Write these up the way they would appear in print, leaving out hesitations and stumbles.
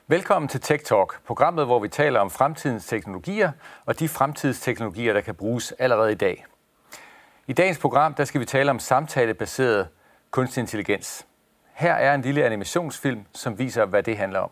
Velkommen til Tech Talk, programmet, hvor vi taler om fremtidens teknologier og de fremtidsteknologier, der kan bruges allerede i dag. I dagens program der skal vi tale om samtalebaseret kunstig intelligens. Her er en lille animationsfilm, som viser, hvad det handler om.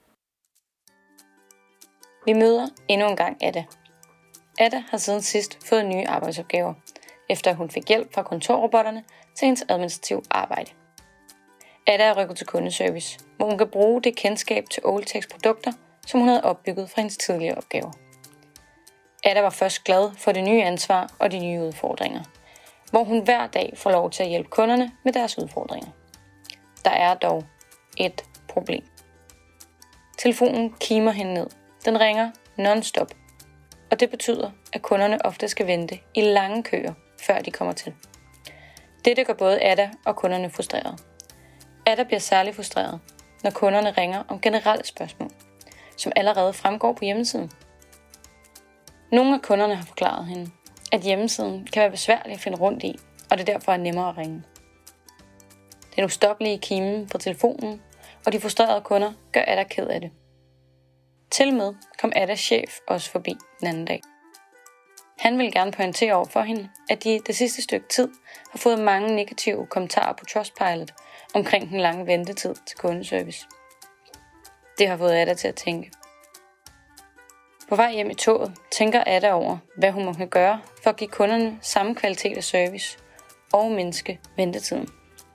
Vi møder endnu en gang Ada. Ada har siden sidst fået nye arbejdsopgaver, efter hun fik hjælp fra kontorrobotterne til hendes administrative arbejde. Ada er rykket til kundeservice, hvor hun kan bruge det kendskab til Oltecs produkter, som hun havde opbygget fra hendes tidligere opgaver. Ada var først glad for det nye ansvar og de nye udfordringer, hvor hun hver dag får lov til at hjælpe kunderne med deres udfordringer. Der er dog et problem. Telefonen kimer hende ned. Den ringer non-stop, og det betyder, at kunderne ofte skal vente i lange køer, før de kommer til. Dette gør både Ada og kunderne frustrerede. Ada bliver særlig frustreret, når kunderne ringer om generelle spørgsmål, som allerede fremgår på hjemmesiden. Nogle af kunderne har forklaret hende, at hjemmesiden kan være besværlig at finde rundt i, og det derfor er nemmere at ringe. Den ustoppelige kimen fra telefonen og de frustrerede kunder gør Ada ked af det. Til med kom Adas chef også forbi den anden dag. Han vil gerne pointere over for hende, at de det sidste stykke tid har fået mange negative kommentarer på Trustpilot omkring den lange ventetid til kundeservice. Det har fået Ada til at tænke. På vej hjem i toget tænker Ada over, hvad hun må gøre for at give kunderne samme kvalitet af service og mindske ventetiden.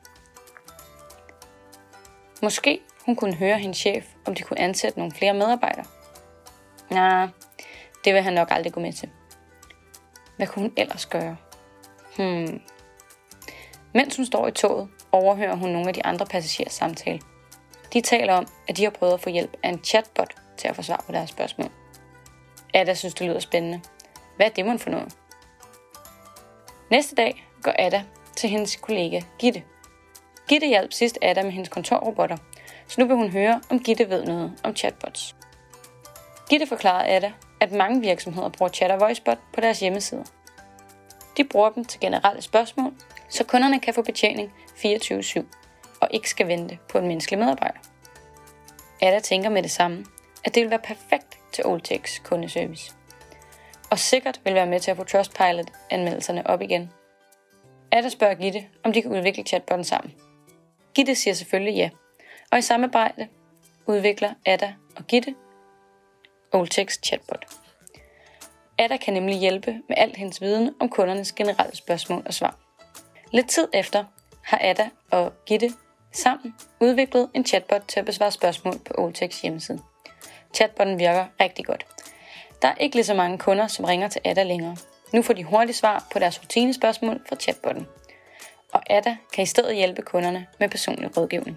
Måske hun kunne høre hendes chef, om de kunne ansætte nogle flere medarbejdere. Nej, det vil han nok aldrig gå med til. Hvad kunne hun ellers gøre? Mens hun står i toget, overhører hun nogle af de andre passagerers samtale. De taler om, at de har prøvet at få hjælp af en chatbot til at få svar på deres spørgsmål. Ada synes, det lyder spændende. Hvad er det mon for noget? Næste dag går Ada til hendes kollega Gitte. Gitte hjalp sidst Ada med hendes kontorrobotter, så nu vil hun høre, om Gitte ved noget om chatbots. Gitte forklarer Ada, at mange virksomheder bruger chat og voicebot på deres hjemmesider. De bruger dem til generelle spørgsmål, så kunderne kan få betjening 24/7 og ikke skal vente på en menneskelig medarbejder. Ada tænker med det samme, at det vil være perfekt til Oltecs kundeservice. Og sikkert vil være med til at få Trustpilot-anmeldelserne op igen. Ada spørger Gitte, om de kan udvikle chatbotten sammen. Gitte siger selvfølgelig ja, og i samarbejde udvikler Ada og Gitte Oltecs chatbot. Ada kan nemlig hjælpe med alt hendes viden om kundernes generelle spørgsmål og svar. Lidt tid efter har Ada og Gitte sammen udviklet en chatbot til at besvare spørgsmål på Oltecs hjemmeside. Chatbotten virker rigtig godt. Der er ikke lige så mange kunder, som ringer til Ada længere. Nu får de hurtigt svar på deres rutinespørgsmål fra chatbotten. Og Ada kan i stedet hjælpe kunderne med personlig rådgivning.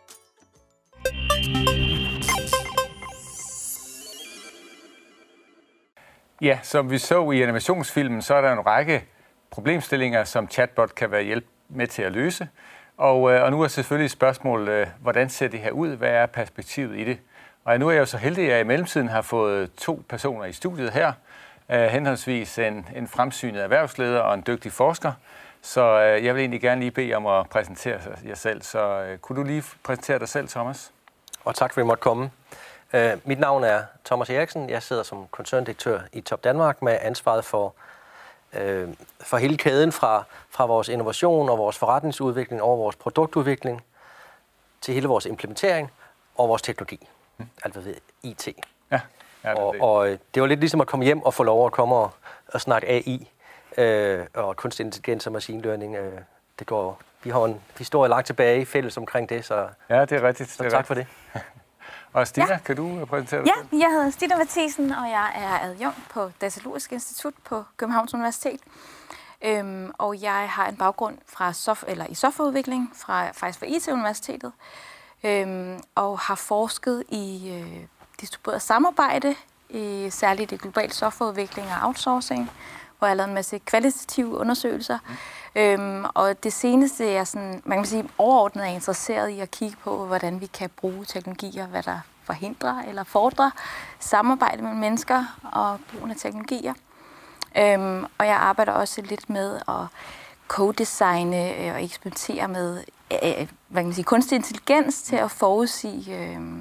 Ja, som vi så i animationsfilmen, så er der en række problemstillinger, som chatbot kan være hjælp med til at løse. Og nu er selvfølgelig spørgsmålet, hvordan ser det her ud? Hvad er perspektivet i det? Og nu er jeg jo så heldig, at jeg i mellemtiden har fået 2 personer i studiet her. Henholdsvis en fremsynet erhvervsleder og en dygtig forsker. Så jeg vil egentlig gerne lige bede om at præsentere jer selv. Så kunne du lige præsentere dig selv, Thomas? Og tak for, at I måtte komme. Mit navn er Thomas Eriksen. Jeg sidder som koncerndirektør i Top Danmark med ansvaret for hele kæden fra vores innovation og vores forretningsudvikling over vores produktudvikling til hele vores implementering og vores teknologi. Altså hvad ved IT. Ja, og det var lidt ligesom at komme hjem og få lov at komme og snakke AI og kunstig intelligens og machine learning. Vi har en historie langt tilbage fælles omkring det, så ja, det er rigtigt. Så tak for det. Og Stina, kan du præsentere dig selv? Ja, jeg hedder Stina Mathisen, og jeg er adjunkt på Datalogisk Institut på Københavns Universitet. Og jeg har en baggrund i softwareudvikling faktisk fra IT-universitetet, og har forsket i distribueret samarbejde, særligt i global softwareudvikling og outsourcing, hvor jeg har lavet en masse kvalitative undersøgelser. Og det seneste, jeg sådan, man kan sige, overordnet er interesseret i at kigge på, hvordan vi kan bruge teknologier, hvad der forhindrer eller fordrer samarbejde mellem mennesker og brugen af teknologier. Og jeg arbejder også lidt med at co-designe og eksperimentere med hvad kan man sige, kunstig intelligens til at forudsige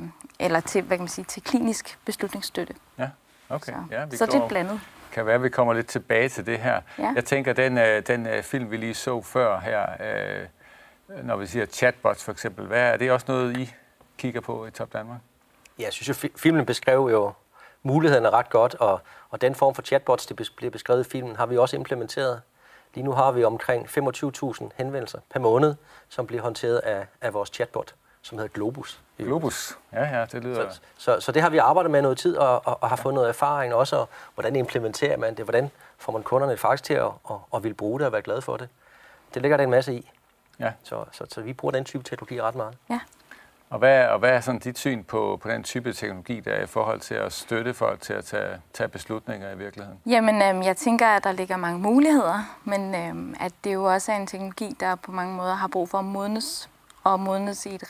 eller til, hvad kan man sige, til klinisk beslutningsstøtte. Ja, okay. Så det er blandet. Kan være, at vi kommer lidt tilbage til det her. Ja. Jeg tænker, den film, vi lige så før her, når vi siger chatbots for eksempel, er det også noget, I kigger på i Top Danmark? Ja, jeg synes jo, filmen beskrev jo mulighederne ret godt, og den form for chatbots, det bliver beskrevet i filmen, har vi også implementeret. Lige nu har vi omkring 25.000 henvendelser per måned, som bliver håndteret af vores chatbot, som hedder Globus. Globus, ja, det lyder... Så det har vi arbejdet med noget tid, og har fået noget erfaring også, og hvordan implementerer man det, hvordan får man kunderne faktisk til at ville bruge det og være glade for det. Det ligger der en masse i. Ja. Så vi bruger den type teknologi ret meget. Ja. Og hvad er sådan dit syn på den type teknologi, der er i forhold til at støtte folk til at tage beslutninger i virkeligheden? Jamen, jeg tænker, at der ligger mange muligheder, men at det jo også er en teknologi, der på mange måder har brug for at modnes i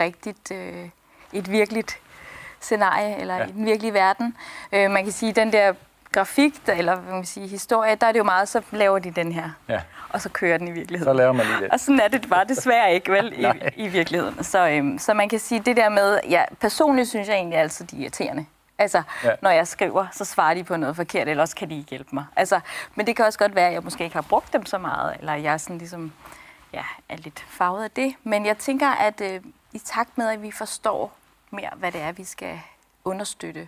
et virkeligt scenarie, eller i den virkelige verden. Man kan sige, den der grafik, eller hvad man sige, historie, der er det jo meget, så laver de den her, og så kører den i virkeligheden. Så laver man lige det. Og sådan er det bare desværre ikke, vel, i virkeligheden. Så man kan sige, det der med, personligt synes jeg egentlig altid, de er irriterende. Altså, når jeg skriver, så svarer de på noget forkert, eller også kan de ikke hjælpe mig. Altså, men det kan også godt være, at jeg måske ikke har brugt dem så meget, eller jeg er sådan ligesom, er lidt farvet af det. Men jeg tænker, at i takt med, at vi forstår mere, hvad det er, vi skal understøtte,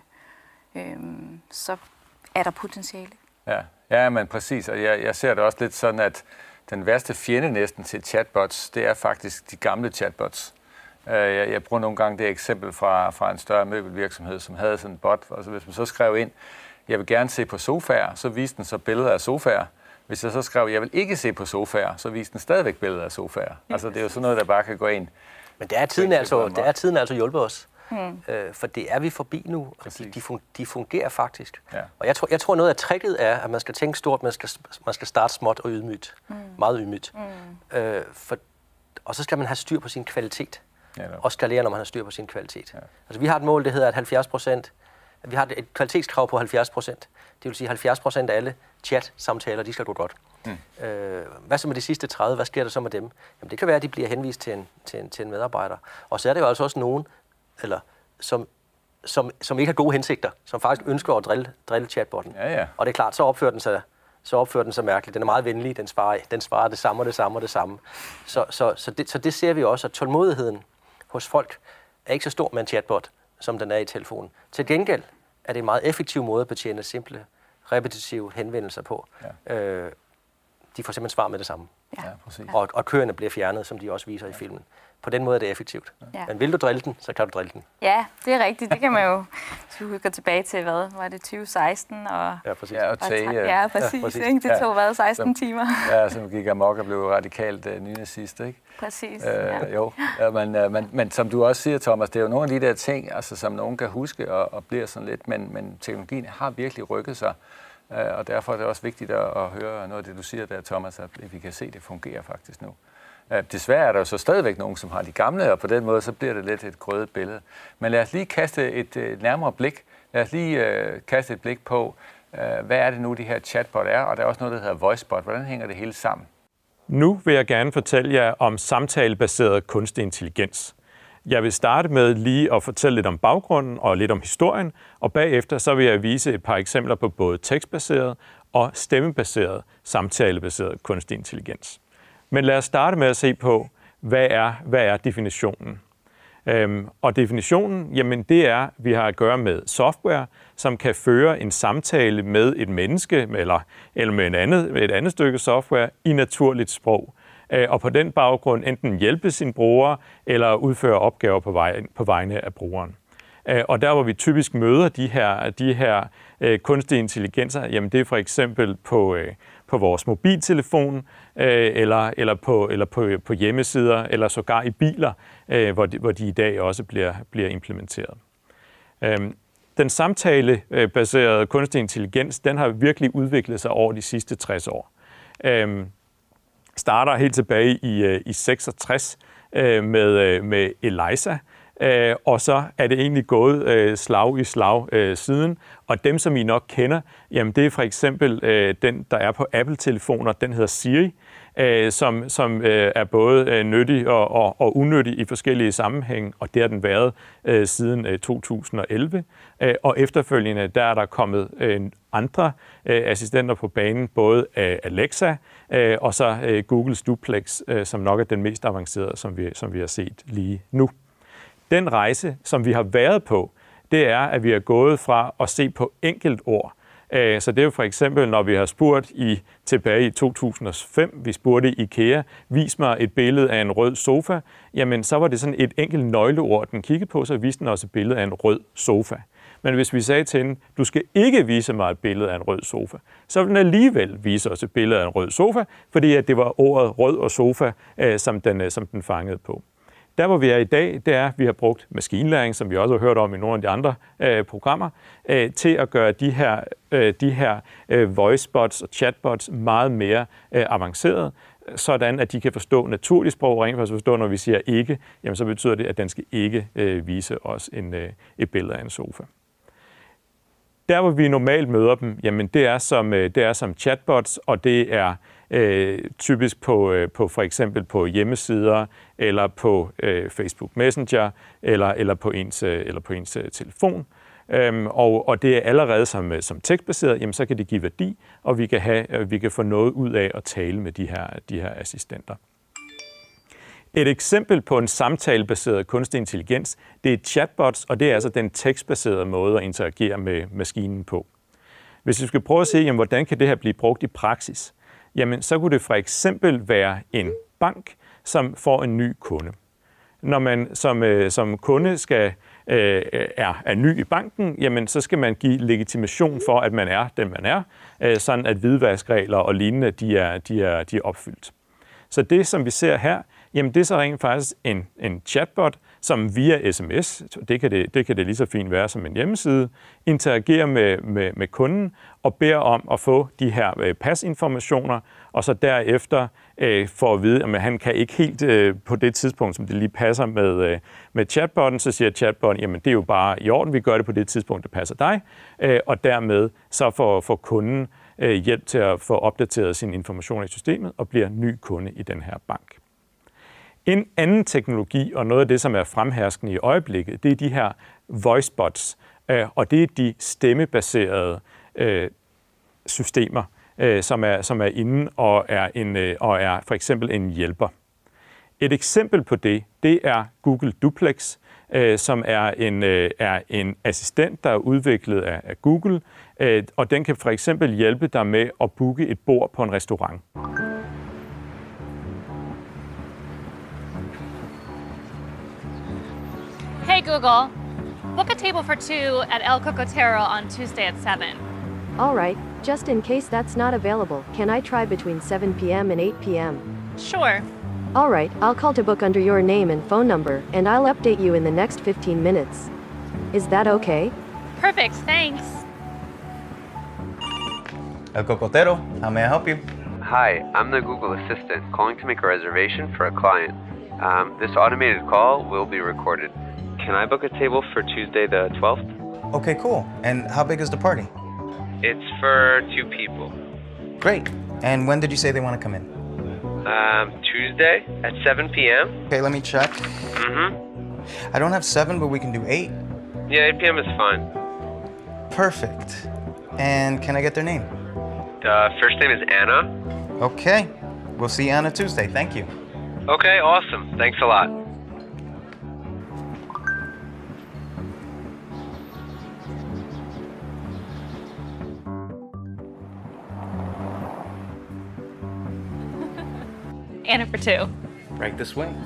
så er der potentiale. Ja, men præcis. Og jeg ser det også lidt sådan, at den værste fjende næsten til chatbots, det er faktisk de gamle chatbots. Jeg bruger nogle gange det eksempel fra en større møbelvirksomhed, som havde sådan en bot. Altså hvis man så skrev ind, jeg vil gerne se på sofaer, så viste den så billeder af sofaer. Hvis jeg så skrev, jeg vil ikke se på sofaer, så viste den stadigvæk billeder af sofaer. Altså det er jo sådan noget, der bare kan gå ind. Men det er tiden altså hjulpet os. For det er vi forbi nu, og de fungerer faktisk. Ja. Og jeg tror noget af tricket er, at man skal tænke stort, man skal starte småt og ydmygt. Meget ydmygt. Og så skal man have styr på sin kvalitet. Og skalere, når man har styr på sin kvalitet. Ja. Altså vi har et mål, det hedder, at vi har et kvalitetskrav på 70%. Det vil sige, at 70% af alle chat-samtaler, de skal gå godt. Hvad så med de sidste 30? Hvad sker der så med dem? Jamen, det kan være, at de bliver henvist til en medarbejder. Og så er det jo altså også nogen, som ikke har gode hensigter, som faktisk ønsker at drille chatbotten. Ja. Og det er klart, så opfører den sig mærkeligt. Den er meget venlig, den svarer det samme og det samme og det samme. Så det ser vi også, at tålmodigheden hos folk er ikke så stor med en chatbot, som den er i telefonen. Til gengæld er det en meget effektiv måde at betjene simple, repetitive henvendelser på. Ja. De får simpelthen svar med det samme. Ja, præcis. Og køerne bliver fjernet, som de også viser i filmen. På den måde er det effektivt. Ja. Men vil du drille den, så kan du drille den. Ja, det er rigtigt. Det kan man jo, hvis vi går tilbage til, var det 2016? Og, ja, præcis. Præcis. Ikke? Det tog 16 timer. Ja, som gik amok og blev radikalt nynazist, ikke? Præcis. Jo, men som du også siger, Thomas, det er jo nogle af de der ting, altså, som nogen kan huske og bliver sådan lidt, men teknologien har virkelig rykket sig. Og derfor er det også vigtigt at høre noget af det, du siger der, Thomas, at vi kan se, at det fungerer faktisk nu. Desværre er der jo så stadigvæk nogen, som har de gamle, og på den måde så bliver det lidt et grødet billede. Men lad os lige kaste et nærmere blik. Lad os lige kaste et blik på, hvad er det nu, de her chatbot er, og der er også noget, der hedder voicebot. Hvordan hænger det hele sammen? Nu vil jeg gerne fortælle jer om samtalebaseret kunstig intelligens. Jeg vil starte med lige at fortælle lidt om baggrunden og lidt om historien, og bagefter så vil jeg vise et par eksempler på både tekstbaseret og stemmebaseret samtalebaseret kunstig intelligens. Men lad os starte med at se på, hvad er definitionen? Og definitionen, jamen det er, at vi har at gøre med software, som kan føre en samtale med et menneske eller med et andet stykke software i naturligt sprog. Og på den baggrund enten hjælpe sin bruger eller udføre opgaver på vegne af brugeren. Og der, hvor vi typisk møder de her kunstige intelligenser, jamen det er for eksempel på vores mobiltelefon eller på hjemmesider eller sågar i biler, hvor de i dag også bliver implementeret. Den samtalebaserede kunstig intelligens, den har virkelig udviklet sig over de sidste 60 år. Starter helt tilbage i 66 med Eliza, og så er det egentlig gået slag i slag siden. Og dem, som I nok kender, jamen det er for eksempel den, der er på Apple-telefoner, den hedder Siri. som er både nyttig og unyttig i forskellige sammenhænge, og det har den været siden 2011. Og efterfølgende der er der kommet andre assistenter på banen, både Alexa og så Googles Duplex, som nok er den mest avancerede, som vi har set lige nu. Den rejse, som vi har været på, det er, at vi er gået fra at se på enkelt ord. Så det er jo for eksempel, når vi har spurgt tilbage i 2005, vi spurgte IKEA, vis mig et billede af en rød sofa, jamen så var det sådan et enkelt nøgleord, den kiggede på, så viste den også et billede af en rød sofa. Men hvis vi sagde til hende, du skal ikke vise mig et billede af en rød sofa, så ville den alligevel vise os et billede af en rød sofa, fordi at det var ordet rød og sofa, som den fangede på. Der, hvor vi er i dag, det er, at vi har brugt maskinlæring, som vi også har hørt om i nogle af de andre programmer, til at gøre de her voicebots og chatbots meget mere avancerede, sådan at de kan forstå naturligt sprog, og rent faktisk forstå, når vi siger ikke, jamen så betyder det, at den skal ikke vise os et billede af en sofa. Der, hvor vi normalt møder dem, jamen det er som chatbots, og det er typisk på for eksempel på hjemmesider eller på Facebook Messenger eller på ens telefon. Og det er allerede som tekstbaseret, jamen så kan det give værdi, og vi kan få noget ud af at tale med de her assistenter. Et eksempel på en samtalebaseret kunstig intelligens, det er chatbots, og det er altså den tekstbaserede måde at interagere med maskinen på. Hvis vi skal prøve at se, jamen, hvordan kan det her blive brugt i praksis, jamen så kunne det for eksempel være en bank, som får en ny kunde. Når man som kunde er ny i banken, jamen så skal man give legitimation for, at man er den, man er, sådan at hvidvaskregler og lignende, de er opfyldt. Så det, som vi ser her, jamen det er så rent faktisk en chatbot, som via sms, det kan det lige så fint være som en hjemmeside, interagerer med kunden og beder om at få de her pasinformationer, og så derefter får at vide, at han kan ikke helt på det tidspunkt, som det lige passer med chatbotten, så siger chatbotten, jamen det er jo bare i orden, vi gør det på det tidspunkt, det passer dig, og dermed så får kunden hjælp til at få opdateret sine informationer i systemet og bliver ny kunde i den her bank. En anden teknologi, og noget af det, som er fremherskende i øjeblikket, det er de her voicebots, og det er de stemmebaserede systemer, som er inde og er for eksempel en hjælper. Et eksempel på det er Google Duplex, som er en assistent, der er udviklet af Google, og den kan for eksempel hjælpe dig med at booke et bord på en restaurant. Hey Google, book a table for 2 at El Cocotero on Tuesday at 7. All right, just in case that's not available, can I try between 7 p.m. and 8 p.m.? Sure. All right, I'll call to book under your name and phone number, and I'll update you in the next 15 minutes. Is that okay? Perfect, thanks. El Cocotero, how may I help you? Hi, I'm the Google Assistant calling to make a reservation for a client. This automated call will be recorded. Can I book a table for Tuesday the 12th? Okay, cool. And how big is the party? It's for 2 people. Great. And when did you say they want to come in? Tuesday at 7 p.m. Okay, let me check. I don't have 7, but we can do 8. Yeah, 8 p.m. is fine. Perfect. And can I get their name? The first name is Anna. Okay. We'll see Anna Tuesday. Thank you. Okay, awesome. Thanks a lot. Anna for 2. Right this way.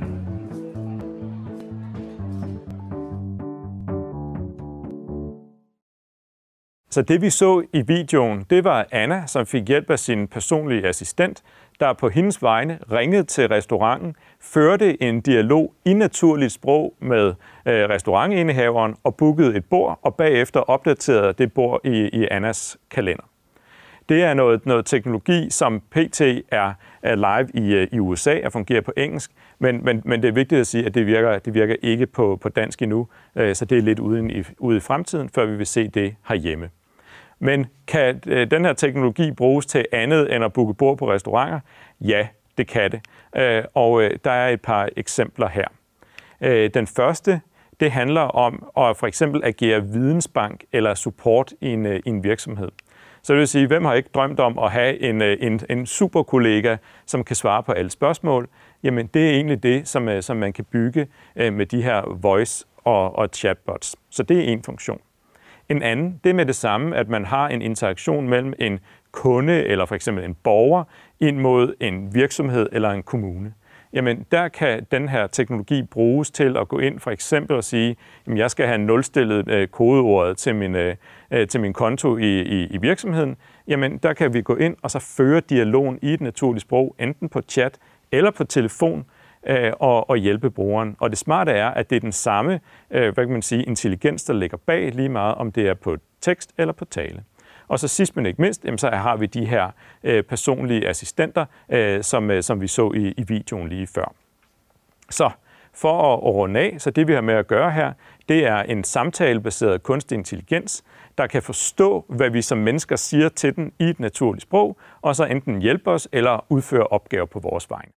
Så det vi så i videoen, det var Anna, som fik hjælp af sin personlige assistent, der på hendes vegne ringede til restauranten, førte en dialog i naturligt sprog med restaurantindehaveren og bookede et bord, og bagefter opdaterede det bord i Annas kalender. Det er noget teknologi, som pt. er live i USA og fungerer på engelsk, men det er vigtigt at sige, at det virker ikke på dansk endnu, så det er lidt ude i fremtiden, før vi vil se det herhjemme. Men kan den her teknologi bruges til andet end at booke bord på restauranter? Ja, det kan det. Og der er et par eksempler her. Den første, det handler om at for eksempel agere vidensbank eller support i en virksomhed. Så det vil sige, hvem har ikke drømt om at have en superkollega, som kan svare på alle spørgsmål? Jamen, det er egentlig det, som man kan bygge med de her voice- og chatbots. Så det er en funktion. En anden, det er med det samme, at man har en interaktion mellem en kunde eller for eksempel en borger ind mod en virksomhed eller en kommune. Jamen, der kan den her teknologi bruges til at gå ind for eksempel og sige, at jeg skal have nulstillet kodeordet til min konto i virksomheden. Jamen, der kan vi gå ind og så føre dialogen i et naturligt sprog, enten på chat eller på telefon, og hjælpe brugeren. Og det smarte er, at det er den samme intelligens, der ligger bag, lige meget om det er på tekst eller på tale. Og så sidst men ikke mindst, så har vi de her personlige assistenter, som vi så i videoen lige før. Så for at runde af, så det vi har med at gøre her, det er en samtalebaseret kunstig intelligens, der kan forstå, hvad vi som mennesker siger til den i et naturligt sprog, og så enten hjælpe os eller udføre opgaver på vores vegne.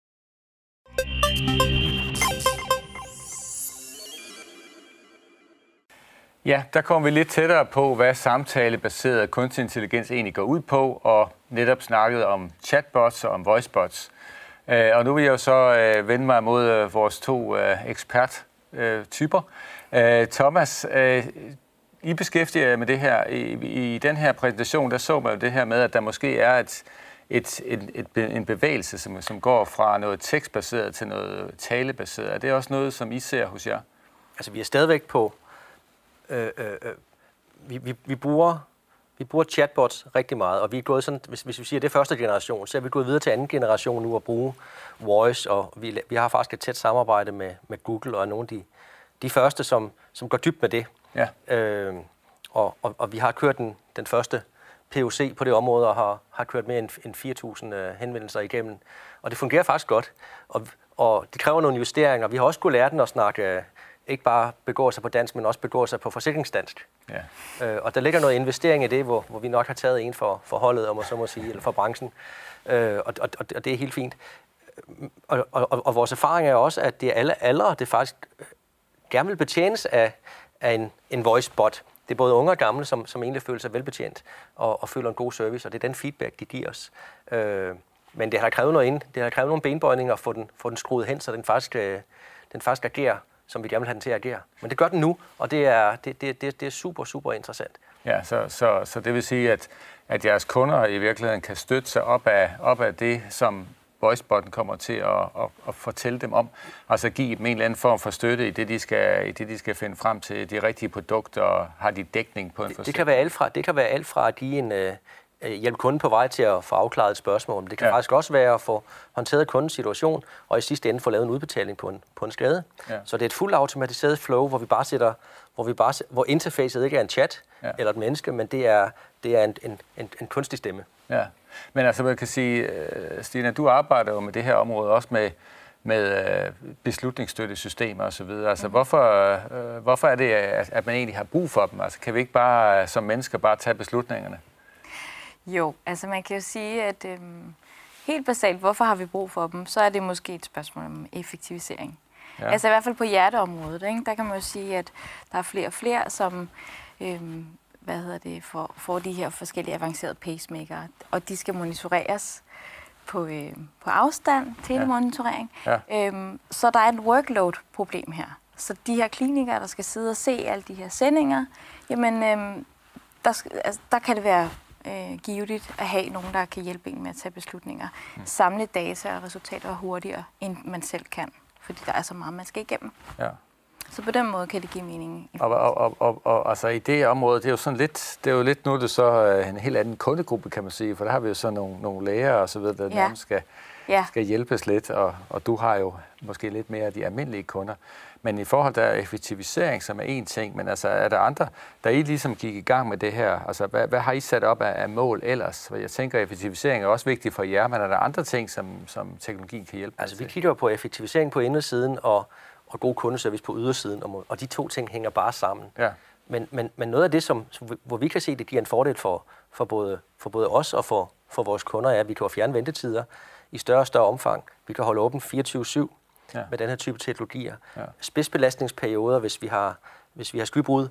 Ja, der kommer vi lidt tættere på, hvad samtalebaseret kunstig intelligens egentlig går ud på, og netop snakket om chatbots og om voicebots. Og nu vil jeg jo så vende mig mod vores to eksperttyper. Thomas, I beskæftiger jer med det her. I den her præsentation, der så man jo det her med, at der måske er en bevægelse, som går fra noget tekstbaseret til noget talebaseret. Er det også noget, som I ser hos jer? Altså, vi er stadigvæk på... Vi bruger chatbots rigtig meget, og vi er gået sådan, hvis vi siger, det er første generation, så er vi gået videre til anden generation nu at bruge voice, og vi har faktisk et tæt samarbejde med Google, og er nogle af de første, som går dybt med det. Ja. Og vi har kørt den første POC på det område, og har kørt mere end 4.000 henvendelser igennem, og det fungerer faktisk godt, og det kræver nogle justeringer. Vi har også skulle lære den at snakke ikke bare begå sig på dansk, men også begå sig på forsikringsdansk. Ja. Og der ligger noget investering i det, hvor vi nok har taget en for holdet, om man så må sige, eller for branchen. Og det er helt fint. Og vores erfaring er også, at det er alle aldre, det faktisk gerne vil betjenes af en voice-bot. Det er både unge og gamle, som egentlig føler sig velbetjent og føler en god service, og det er den feedback, de giver os. Men det har krævet noget ind. Det har krævet nogle benbøjninger at få den skruet hen, så den faktisk agerer, som vi gerne vil have den til at agere. Men det gør den nu, og det er super, super interessant. Ja, så det vil sige, at jeres kunder i virkeligheden kan støtte sig op af det, som voicebotten kommer til at fortælle dem om. Altså give dem en eller anden form for støtte i det, de skal finde frem til de rigtige produkter, og har de dækning på en forsikring. Det kan være alt fra at give en hjælpe kunden på vej til at få afklaret et spørgsmål. Det kan faktisk også være at få håndteret kundens situation, og i sidste ende få lavet en udbetaling på en skade. Ja. Så det er et fuldt automatiseret flow, hvor interfacet ikke er en chat eller et menneske, men det er en kunstig stemme. Ja. Men altså man kan sige, Stina, du arbejder jo med det her område også med beslutningsstøttesystemer og så videre. Altså hvorfor er det, at man egentlig har brug for dem? Altså kan vi ikke bare som mennesker bare tage beslutningerne? Jo, altså man kan jo sige, at helt basalt, hvorfor har vi brug for dem, så er det måske et spørgsmål om effektivisering. Ja. Altså i hvert fald på hjerteområdet, ikke? Der kan man jo sige, at der er flere og flere, som får de her forskellige avancerede pacemaker, og de skal monitoreres på afstand, telemonitorering. Ja. Så der er et workload-problem her. Så de her klinikere, der skal sidde og se alle de her sendinger, jamen der kan det være givetigt at have nogen, der kan hjælpe en med at tage beslutninger. Samle data og resultater hurtigere, end man selv kan, fordi der er så meget, man skal igennem. Ja. Så på den måde kan det give mening. Og altså i det område, det er jo sådan lidt, nu er det så en helt anden kundegruppe, kan man sige, for der har vi jo så nogle læger og så videre, der nærmest skal hjælpes lidt, og du har jo måske lidt mere af de almindelige kunder. Men i forhold til effektivisering, som er en ting, men altså er der andre, der I ligesom gik i gang med det her? Altså hvad har I sat op af mål ellers? Jeg tænker, at effektivisering er også vigtigt for jer, men er der andre ting, som teknologien kan hjælpe Altså vi kigger på effektivisering på indersiden og god kundeservice på ydersiden, og de to ting hænger bare sammen. Ja. Men noget af det, hvor vi kan se, det giver en fordel for både os og for vores kunder, er, at vi kan fjerne ventetider i større og større omfang. Vi kan holde åben 24/7 med den her type teknologier. Ja. Spidsbelastningsperioder, hvis vi har skybrud,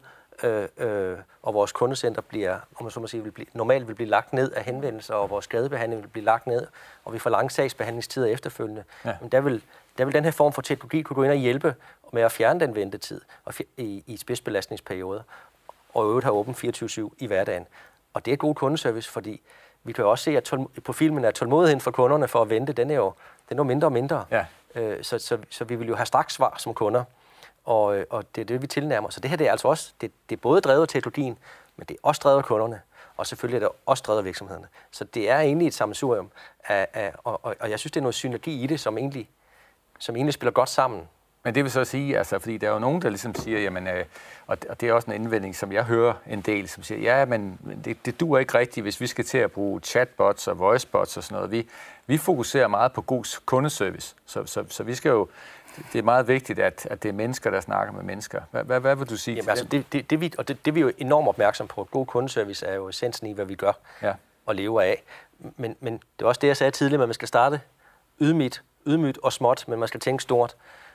og vores kundecenter bliver, om man så må sige, normalt vil blive lagt ned af henvendelser, og vores skadebehandling vil blive lagt ned, og vi får lange sagsbehandlingstider efterfølgende. Ja. Men der vil den her form for teknologi kunne gå ind og hjælpe med at fjerne den ventetid i spidsbelastningsperioder, og øvrigt have åben 24/7 i hverdagen. Og det er god kundeservice, fordi vi kan jo også se, at på filmen er tålmodigheden for kunderne for at vente, den er jo mindre og mindre. Ja. Så vi vil jo have straks svar som kunder, og det er det, vi tilnærmer. Så det her det er altså også, det er både drevet af teknologien, men det er også drevet af kunderne, og selvfølgelig er det også drevet af virksomhederne. Så det er egentlig et sammensurium, og jeg synes, det er noget synergi i det, som egentlig spiller godt sammen. Men det vil så sige, altså, fordi der er jo nogen, der ligesom siger, jamen, og det er også en indvending, som jeg hører en del, som siger, ja, men det duer ikke rigtigt, hvis vi skal til at bruge chatbots og voicebots og sådan noget. Vi fokuserer meget på god kundeservice, så vi skal jo, det er meget vigtigt, at det er mennesker, der snakker med mennesker. Hvad vil du sige? Jamen, altså, det vi er jo enormt opmærksom på. God kundeservice er jo essensen i, hvad vi gør og lever af. Men det er også det, jeg sagde tidligere, at man skal starte ydmygt og småt, men man skal tænke stort.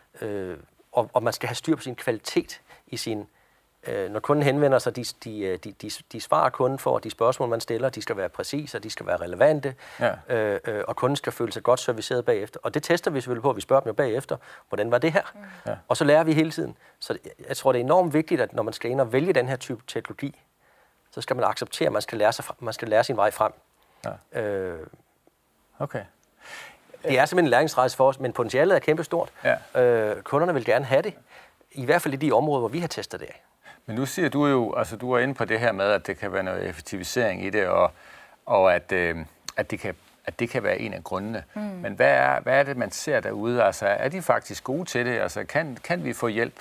Og man skal have styr på sin kvalitet i sin... Når kunden henvender sig, de svarer kunden for, de spørgsmål, man stiller, de skal være præcise, og de skal være relevante, og kunden skal føle sig godt serviceret bagefter. Og det tester vi selvfølgelig på, vi spørger dem jo bagefter, hvordan var det her? Ja. Og så lærer vi hele tiden. Så jeg tror, det er enormt vigtigt, at når man skal ind og vælge den her type teknologi, så skal man acceptere, at man skal lære sin vej frem. Ja. Okay. Det er simpelthen en læringsrejse for os, men potentialet er kæmpestort. Ja. Kunderne vil gerne have det, i hvert fald i de områder, hvor vi har testet det af. Men nu siger du jo, altså du er inde på det her med, at det kan være noget effektivisering i det, og at det kan være en af grundene. Men hvad er det, man ser derude? Altså, er de faktisk gode til det? Altså, kan vi få hjælp?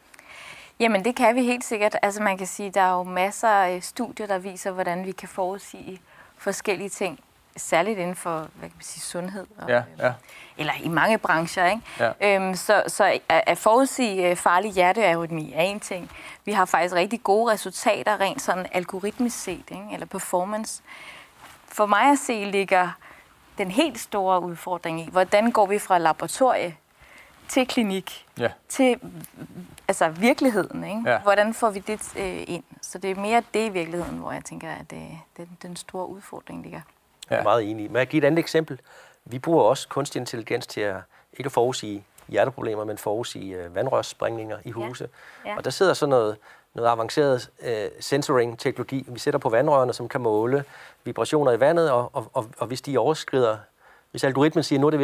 Jamen, det kan vi helt sikkert. Altså, man kan sige, der er jo masser af studier, der viser, hvordan vi kan forudsige forskellige ting, særligt inden for, hvad kan man sige, sundhed. Og, eller i mange brancher, ikke? Ja. Så at forudsige farlig hjertearytmi er en ting. Vi har faktisk rigtig gode resultater, rent sådan algoritmisk set, ikke? Eller performance. For mig at se ligger den helt store udfordring i, hvordan går vi fra laboratorie til klinik, til altså virkeligheden, ikke? Ja. Hvordan får vi det ind? Så det er mere det i virkeligheden, hvor jeg tænker, at den store udfordring ligger. Jeg er meget enig. Men jeg giver et andet eksempel. Vi bruger også kunstig intelligens til at ikke at forudsige hjerteproblemer, men forudsige vandrørssprængninger i huse. Ja. Ja. Og der sidder så noget avanceret sensoring-teknologi, vi sætter på vandrørene, som kan måle vibrationer i vandet, og hvis de overskrider, hvis algoritmen siger, nu er det ved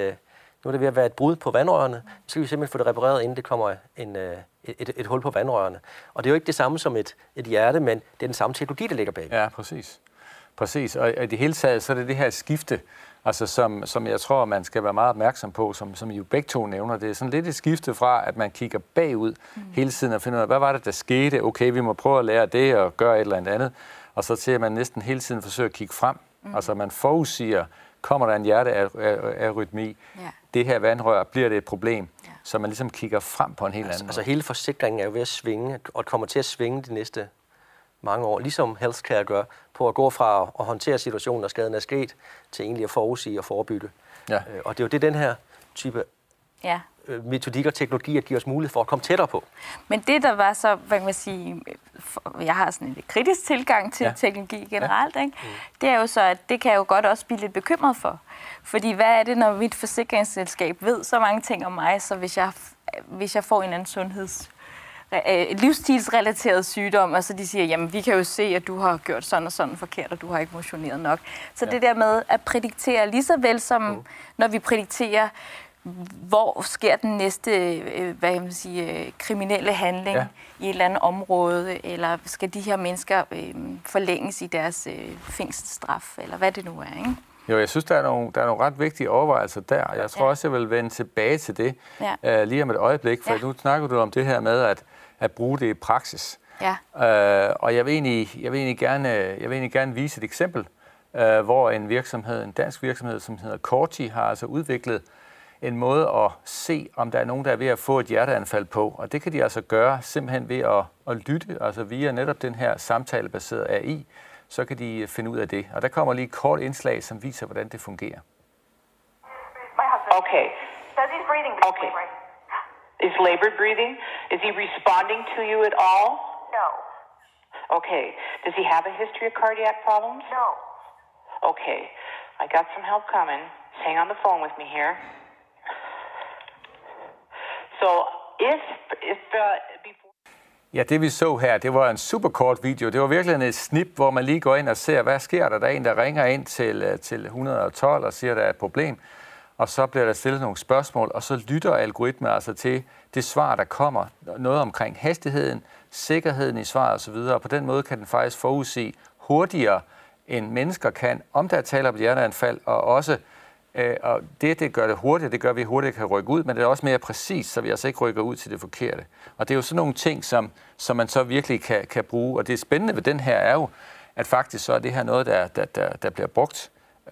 at være et brud på vandrørene, så kan vi simpelthen få det repareret, inden det kommer et hul på vandrørene. Og det er jo ikke det samme som et hjerte, men det er den samme teknologi, der ligger bag. Ja, præcis. Og i det hele taget, så er det her skifte, altså som jeg tror, man skal være meget opmærksom på, som I jo begge to nævner. Det er sådan lidt et skifte fra, at man kigger bagud hele tiden og finder ud af, hvad var det, der skete? Okay, vi må prøve at lære det og gøre et eller andet. Og så til, at man næsten hele tiden forsøger at kigge frem. Altså man forudsiger, kommer der en hjertearytmi? Ja. Det her vandrør, bliver det et problem? Ja. Så man ligesom kigger frem på en helt anden måde. Altså hele forsikringen er jo ved at svinge, og kommer til at svinge de næste mange år, ligesom healthcare gør, på at gå fra at håndtere situationen, når skaden er sket, til egentlig at forudsige og forebygge. Ja. Og det er jo det, den her type metodik og teknologier giver os mulighed for at komme tættere på. Men det, der var så, hvad kan man sige, jeg har sådan en lidt kritisk tilgang til teknologi generelt, ikke? Det er jo så, at det kan jeg jo godt også blive lidt bekymret for. Fordi hvad er det, når mit forsikringsselskab ved så mange ting om mig, så hvis jeg får en anden livsstilsrelateret sygdom, og så de siger, jamen vi kan jo se, at du har gjort sådan og sådan forkert, og du har ikke motioneret nok. Så det der med at prædiktere, lige så vel som når vi prædikterer, hvor sker den næste hvad kan man sige, kriminelle handling i et eller andet område, eller skal de her mennesker forlænges i deres fængselsstraf, eller hvad det nu er, ikke? Jo, jeg synes, der er nogle ret vigtige overvejelser der. Jeg tror også, jeg vil vende tilbage til det lige om et øjeblik, for nu snakker du om det her med at bruge det i praksis. Ja. Og jeg vil egentlig gerne vise et eksempel, hvor en dansk virksomhed, som hedder Corti, har altså udviklet en måde at se, om der er nogen, der er ved at få et hjerteanfald på. Og det kan de altså gøre simpelthen ved at lytte, altså via netop den her samtalebaserede AI, så kan de finde ud af det. Og der kommer lige et kort indslag, som viser, hvordan det fungerer. Okay. Says he's breathing. Okay. Is labored breathing? Is he responding to you at all? No. Okay. Does he have a history of cardiac problems? No. Okay. I got some help coming. Hang on the phone with me here. So if before... Ja, det vi så her, det var en super kort video. Det var virkelig et snip, hvor man lige går ind og ser, hvad sker der. Der er en, der ringer ind til 112 og siger, at der er et problem. Og så bliver der stillet nogle spørgsmål, og så lytter algoritmen altså til det svar, der kommer. Noget omkring hastigheden, sikkerheden i svaret osv. Og på den måde kan den faktisk forudsige hurtigere, end mennesker kan, om der taler om et hjerteanfald, og også og det gør det hurtigt, det gør, at vi hurtigt kan rykke ud, men det er også mere præcist, så vi altså ikke rykker ud til det forkerte. Og det er jo sådan nogle ting, som man så virkelig kan bruge. Og det spændende ved den her er jo, at faktisk så er det her noget, der bliver brugt.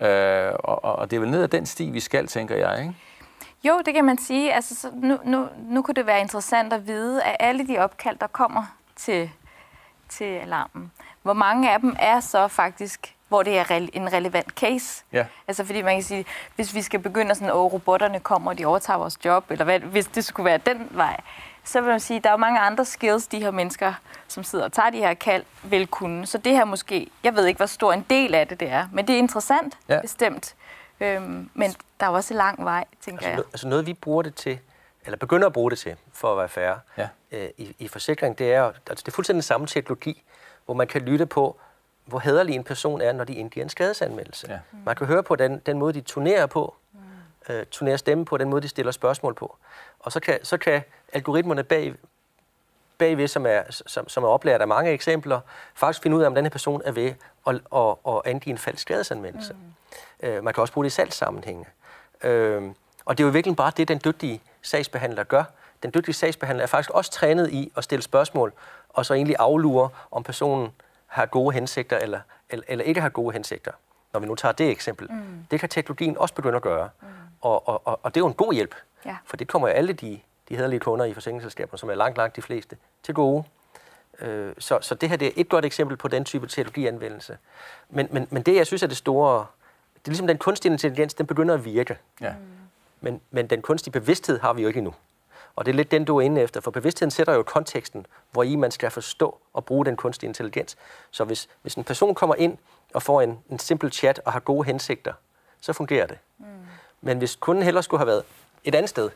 Og det er vel ned ad den sti, vi skal, tænker jeg, ikke? Jo, det kan man sige. Altså, så nu kunne det være interessant at vide, at alle de opkald, der kommer til alarmen, hvor mange af dem er så faktisk, hvor det er en relevant case. Ja. Altså fordi man kan sige, hvis vi skal begynde sådan, robotterne kommer, og de overtager vores job, eller hvad, hvis det skulle være den vej, så vil man sige, at der er jo mange andre skills, de her mennesker, som sidder og tager de her kald, vil kunne. Så det her måske, jeg ved ikke, hvor stor en del af det er, men det er interessant, bestemt. Men der er også en lang vej, tænker jeg. Altså noget, vi bruger det til, eller begynder at bruge det til, for at være fair, i forsikring, det er fuldstændig samme teknologi, hvor man kan lytte på, hvor hæderlig en person er, når de indgiver en skadesanmeldelse. Ja. Man kan høre på den måde, de turnerer på, turnerer stemme på, den måde, de stiller spørgsmål på. Og så kan algoritmerne bagved, som er oplært af mange eksempler, faktisk finde ud af, om den her person er ved at angive en falsk skadesanmeldelse. Man kan også bruge det i salgssammenhænge. Og det er jo virkelig bare det, den dygtige sagsbehandler gør. Den dygtige sagsbehandler er faktisk også trænet i at stille spørgsmål, og så egentlig aflure, om personen har gode hensigter eller ikke har gode hensigter. Når vi nu tager det eksempel. Det kan teknologien også begynde at gøre. Og det er jo en god hjælp. Ja. For det kommer jo alle de hæderlige kunder i forsikringsselskaberne, som er langt de fleste, til gode. Så det her det er et godt eksempel på den type teknologianvendelse. Men det, jeg synes er det store, det er ligesom den kunstige intelligens, den begynder at virke. Ja. Men den kunstige bevidsthed har vi jo ikke endnu. Og det er lidt den, du er inde efter, for bevidstheden sætter jo konteksten, hvor i man skal forstå og bruge den kunstige intelligens. Så hvis en person kommer ind og får en simpel chat og har gode hensigter, så fungerer det. Men hvis kunden hellere skulle have været et andet sted,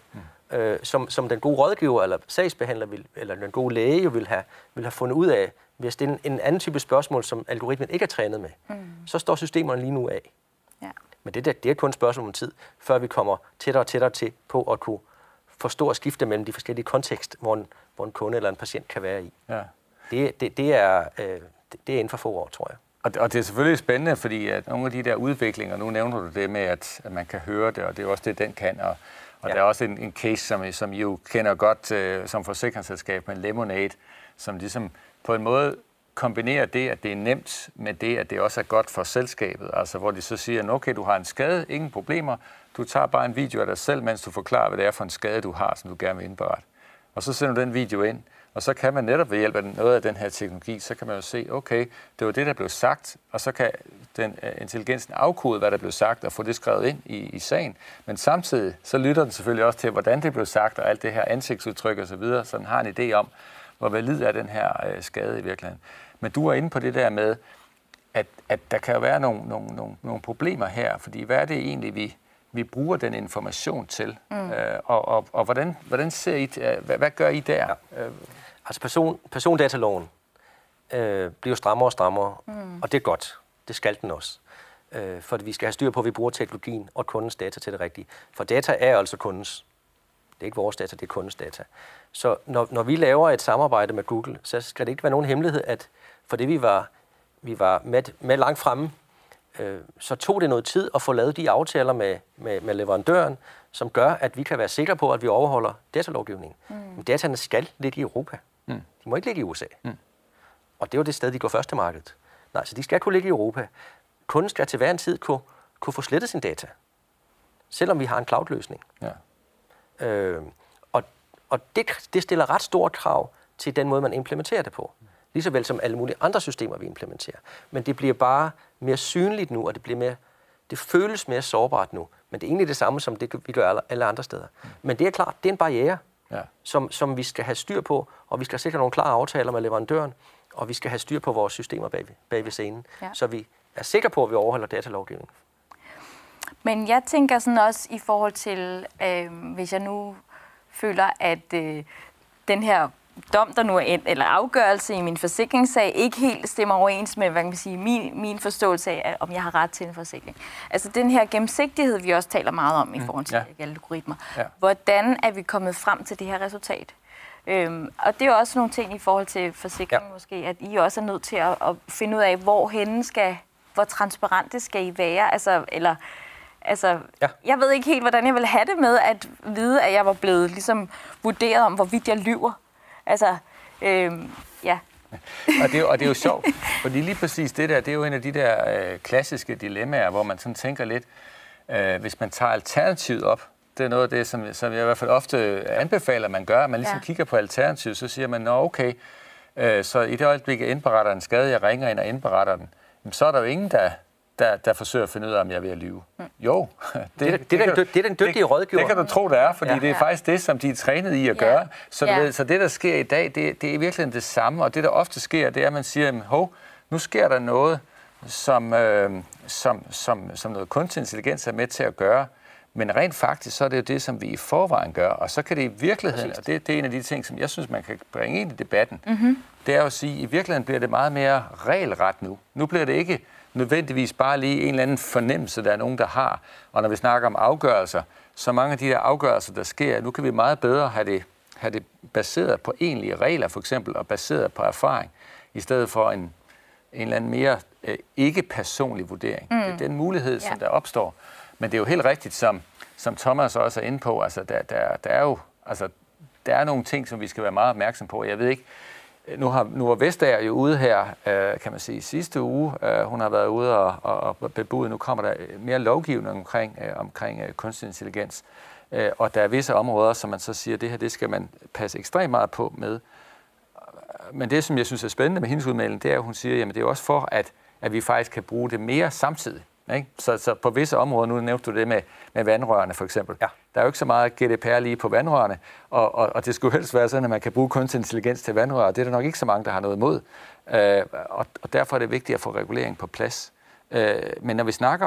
som den gode rådgiver eller sagsbehandler eller den gode læge jo vil have fundet ud af, ved at stille en anden type spørgsmål, som algoritmen ikke er trænet med, så står systemerne lige nu af. Ja. Men det er kun et spørgsmål om tid, før vi kommer tættere og tættere til på at kunne forstå og skifte mellem de forskellige kontekst, hvor en kunde eller en patient kan være i. Ja. Det er inden for få år, tror jeg. Og det er selvfølgelig spændende, fordi at nogle af de der udviklinger, nu nævner du det med, at man kan høre det, og det er også det, den kan. Og der er også en case, som I jo kender godt som forsikringsselskab med Lemonade, som ligesom på en måde kombinerer det, at det er nemt, med det, at det også er godt for selskabet. Altså hvor de så siger, okay, du har en skade, ingen problemer, du tager bare en video af dig selv, mens du forklarer, hvad det er for en skade, du har, som du gerne vil indberette. Og så sender du den video ind, og så kan man netop ved hjælp af noget af den her teknologi, så kan man jo se, okay, det var det, der blev sagt, og så kan den intelligensen afkode, hvad der blev sagt, og få det skrevet ind i sagen. Men samtidig, så lytter den selvfølgelig også til, hvordan det blev sagt, og alt det her ansigtsudtryk og så videre, så den har en idé om, hvor valid er den her skade i virkeligheden. Men du er inde på det der med, at der kan jo være nogle problemer her, fordi hvad er det egentlig, vi bruger den information til? Og hvordan ser I, hvad gør I der? Ja. Altså persondataloven bliver strammere og strammere, og det er godt. Det skal den også. For vi skal have styr på, at vi bruger teknologien og kundens data til det rigtige. For data er altså kundens. Det er ikke vores data, det er kundens data. Så når vi laver et samarbejde med Google, så skal det ikke være nogen hemmelighed, at for det vi var med langt fremme, så tog det noget tid at få lavet de aftaler med leverandøren, som gør, at vi kan være sikre på, at vi overholder datalovgivningen. Men dataene skal ligge i Europa. De må ikke ligge i USA. Og det er jo det sted, de går først til markedet. Nej, så de skal kunne ligge i Europa. Kunden skal til hver en tid kunne få slettet sin data. selvom vi har en cloud-løsning. Ja. Og det stiller ret store krav til den måde, man implementerer det på. Lige så vel som alle mulige andre systemer, vi implementerer. Men det bliver bare mere synligt nu, og det føles mere sårbart nu. Men det er egentlig det samme, som det vi gør alle andre steder. Men det er klart, det er en barriere, som vi skal have styr på, og vi skal sikre nogle klare aftaler med leverandøren, og vi skal have styr på vores systemer bag ved scenen, så vi er sikre på, at vi overholder datalovgivningen. Men jeg tænker sådan også i forhold til, hvis jeg nu føler, at den her dom, der nu er eller afgørelse i min forsikringssag, ikke helt stemmer overens med, hvad kan man sige, min forståelse af, om jeg har ret til en forsikring. Altså den her gennemsigtighed, vi også taler meget om i forhold til algoritmer. Ja. Hvordan er vi kommet frem til det her resultat? Og det er jo også nogle ting i forhold til forsikring måske, at I også er nødt til at finde ud af, hvor transparente skal I være? Jeg ved ikke helt, hvordan jeg vil have det med at vide, at jeg var blevet ligesom vurderet om, hvorvidt jeg lyver. Og det er jo sjovt, fordi lige præcis det der, det er jo en af de der klassiske dilemmaer, hvor man sådan tænker lidt, hvis man tager alternativet op, det er noget af det, som jeg i hvert fald ofte anbefaler, man gør, at man ligesom kigger på alternativet, så siger man, okay, så i det øjeblik, jeg indberetter en skade, jeg ringer ind og indberetter den, så er der jo ingen, der forsøger at finde ud af, om jeg er ved at lyve. Jo. Det er den dygtige rådgiver. Det kan du tro, det er, fordi det er faktisk det, som de er trænet i at gøre. Så det, der sker i dag, det er virkelig det samme, og det, der ofte sker, det er, at man siger, nu sker der noget, som noget kunstig intelligens er med til at gøre, men rent faktisk, så er det jo det, som vi i forvejen gør, og så kan det i virkeligheden, og det er en af de ting, som jeg synes, man kan bringe ind i debatten, det er jo at sige, at i virkeligheden bliver det meget mere regelret nu. Nu bliver det ikke nødvendigvis bare lige en eller anden fornemmelse, der er nogen, der har. Og når vi snakker om afgørelser, så mange af de der afgørelser, der sker, nu kan vi meget bedre have det baseret på egentlige regler, for eksempel, og baseret på erfaring, i stedet for en eller anden mere ikke-personlig vurdering. Det er den mulighed, som der opstår. Men det er jo helt rigtigt, som Thomas også er inde på, altså der er nogle ting, som vi skal være meget opmærksom på. Jeg ved ikke, nu var Vestager jo ude her, kan man sige, sidste uge. Hun har været ude og bebudet, nu kommer der mere lovgivning omkring kunstig intelligens. Og der er visse områder, som man så siger, det her, det skal man passe ekstremt meget på med. Men det, som jeg synes er spændende med hendes udmelding, det er, at hun siger, jamen det er også for, at vi faktisk kan bruge det mere samtidig. Ikke? Så på visse områder, nu nævnte du det med vandrørene for eksempel. Ja. Der er jo ikke så meget GDPR lige på vandrørene, og det skulle helst være sådan, at man kan bruge kunstig intelligens til vandrør, og det er der nok ikke så mange, der har noget imod. Og derfor er det vigtigt at få regulering på plads. Men når vi snakker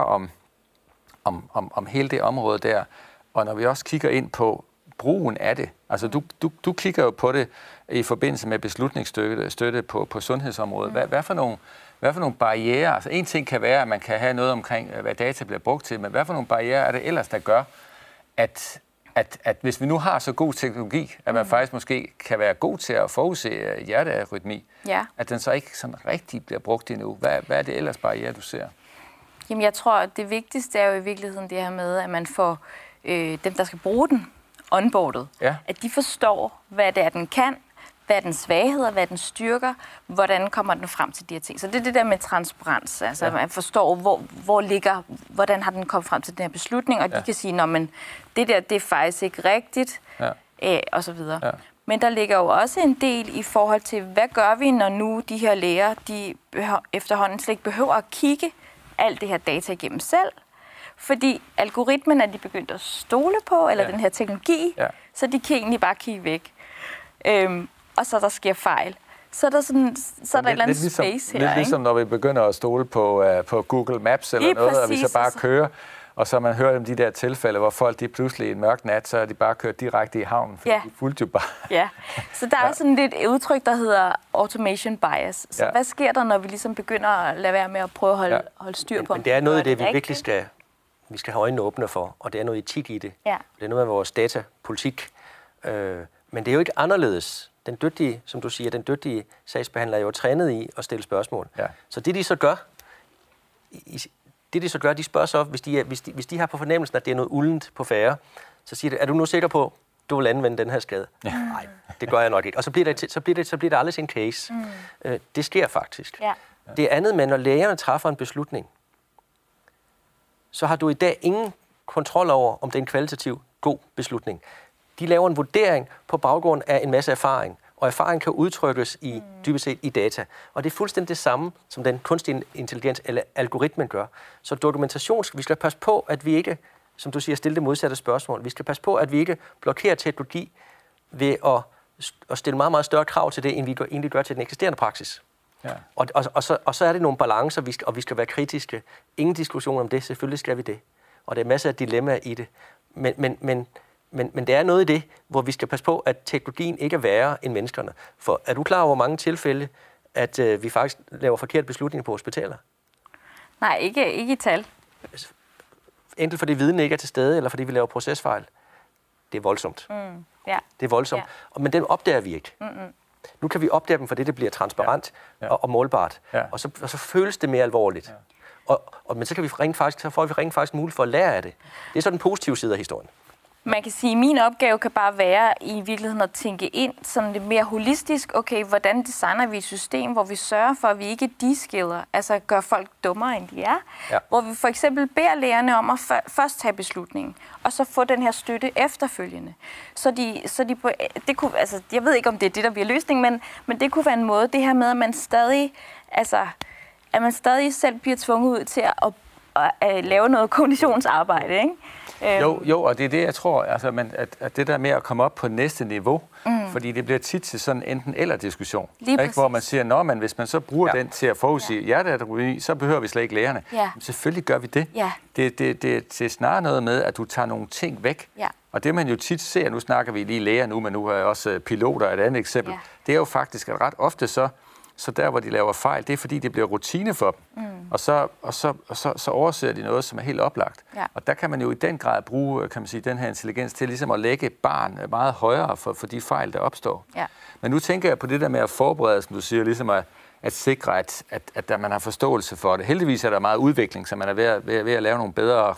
om hele det område der, og når vi også kigger ind på brugen af det, altså du kigger jo på det i forbindelse med beslutningsstøtte på sundhedsområdet. Hvad for nogle barrierer? Altså en ting kan være, at man kan have noget omkring, hvad data bliver brugt til, men hvad for nogle barrierer er det ellers, der gør, at hvis vi nu har så god teknologi, at man faktisk måske kan være god til at forudse hjertearytmi, at den så ikke sådan rigtig bliver brugt endnu. Hvad er det ellers barrierer, du ser? Jamen jeg tror, at det vigtigste er jo i virkeligheden det her med, at man får dem, der skal bruge den, onboardet. Ja. At de forstår, hvad det er, den kan, hvad er den svagheder, hvad er den styrker, hvordan kommer den frem til de her ting. Så det er det der med transparens, altså man forstår, hvordan har den kommet frem til den her beslutning, og de kan sige, nå, men det der, det er faktisk ikke rigtigt, og så videre. Ja. Men der ligger jo også en del i forhold til, hvad gør vi, når nu de her læger, de efterhånden slet ikke behøver at kigge alt det her data igennem selv, fordi algoritmen er de begyndt at stole på, eller den her teknologi, så de kan egentlig bare kigge væk. Og så der sker fejl. Så er der sådan, er der et eller andet space her. Lidt ligesom når vi begynder at stole på Google Maps eller noget, og vi så bare kører, og så man hører om de der tilfælde, hvor folk de pludselig en mørk nat, så er de bare kørt direkte i havnen, fordi de fulgte jo bare. Ja, så der er sådan lidt et udtryk, der hedder automation bias. Så hvad sker der, når vi ligesom begynder at lade være med at prøve at holde styr på? Men det er noget af det, vi virkelig skal have øjnene åbne for, og det er noget etik i det. Ja. Det er noget af vores datapolitik. Men det er jo ikke anderledes. Den dygtige, som du siger, den dygtige sagsbehandler er jo trænet i at stille spørgsmål. Ja. Så det de så gør, de spørger så, hvis de har på fornemmelsen, at det er noget uldent på færre, så siger de, er du nu sikker på, du vil anvende den her skade? Ja. Nej, det gør jeg nok ikke. Og så bliver det aldrig en case. Det sker faktisk. Ja. Det er andet, men når lægerne træffer en beslutning, så har du i dag ingen kontrol over, om det er en kvalitativ god beslutning. De laver en vurdering på baggrund af en masse erfaring, og erfaring kan udtrykkes dybest set i data. Og det er fuldstændig det samme, som den kunstige intelligens eller algoritmen gør. Så dokumentation, vi skal passe på, at vi ikke, som du siger, stille det modsatte spørgsmål. Vi skal passe på, at vi ikke blokerer teknologi ved at stille meget, meget større krav til det, end vi egentlig gør til den eksisterende praksis. Ja. Og så er det nogle balancer, og vi skal være kritiske. Ingen diskussion om det, selvfølgelig skal vi det. Og der er masser af dilemmaer i det. Men der er noget i det, hvor vi skal passe på, at teknologien ikke er værre end menneskerne. For er du klar over, hvor mange tilfælde, at vi faktisk laver forkerte beslutninger på hospitaler? Nej, ikke i tal. Enten fordi viden ikke er til stede, eller fordi vi laver procesfejl. Det er voldsomt. Ja. Det er voldsomt. Ja. Men den opdager vi ikke. Nu kan vi opdage dem, fordi det bliver transparent og målbart. Ja. Og så føles det mere alvorligt. Ja. Men så får vi rent faktisk mulighed for at lære af det. Det er så den positive side af historien. Man kan sige, at min opgave kan bare være i virkeligheden at tænke ind sådan lidt mere holistisk. Okay, hvordan designer vi et system, hvor vi sørger for, at vi ikke deskiller, altså gør folk dummere, end de er. Ja. Hvor vi for eksempel beder lærerne om at først tage beslutningen, og så få den her støtte efterfølgende. Så det kunne, altså, jeg ved ikke, om det er det, der bliver løsningen, men det kunne være en måde, det her med, at man stadig selv bliver tvunget ud til at lave noget kognitionsarbejde, ikke? Jo, og det er det, jeg tror, altså, at det der med at komme op på næste niveau, fordi det bliver tit til sådan enten eller diskussion, ikke? Hvor man siger, men hvis man så bruger den til at forudsige hjerterytmi, så behøver vi slet ikke lærerne. Ja. Men selvfølgelig gør vi det. Ja. Det er snarere noget med, at du tager nogle ting væk. Ja. Og det man jo tit ser, nu snakker vi lige læger nu, men nu har jeg også piloter et andet eksempel, det er jo faktisk, at ret ofte så der, hvor de laver fejl, det er, fordi det bliver rutine for dem. Og så overser de noget, som er helt oplagt. Ja. Og der kan man jo i den grad bruge, kan man sige, den her intelligens til ligesom at lægge barn meget højere for de fejl, der opstår. Ja. Men nu tænker jeg på det der med at forberede, som du siger, ligesom at sikre, at man har forståelse for det. Heldigvis er der meget udvikling, så man er ved at lave nogle bedre